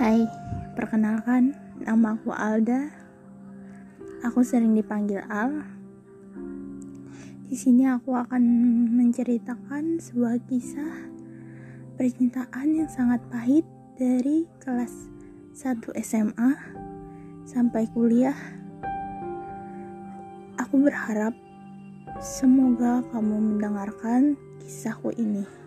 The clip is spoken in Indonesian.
Hai, perkenalkan, nama aku Alda. Aku sering dipanggil Al. Di sini aku akan menceritakan sebuah kisah percintaan yang sangat pahit dari kelas 1 SMA sampai kuliah. Aku berharap semoga kamu mendengarkan kisahku ini.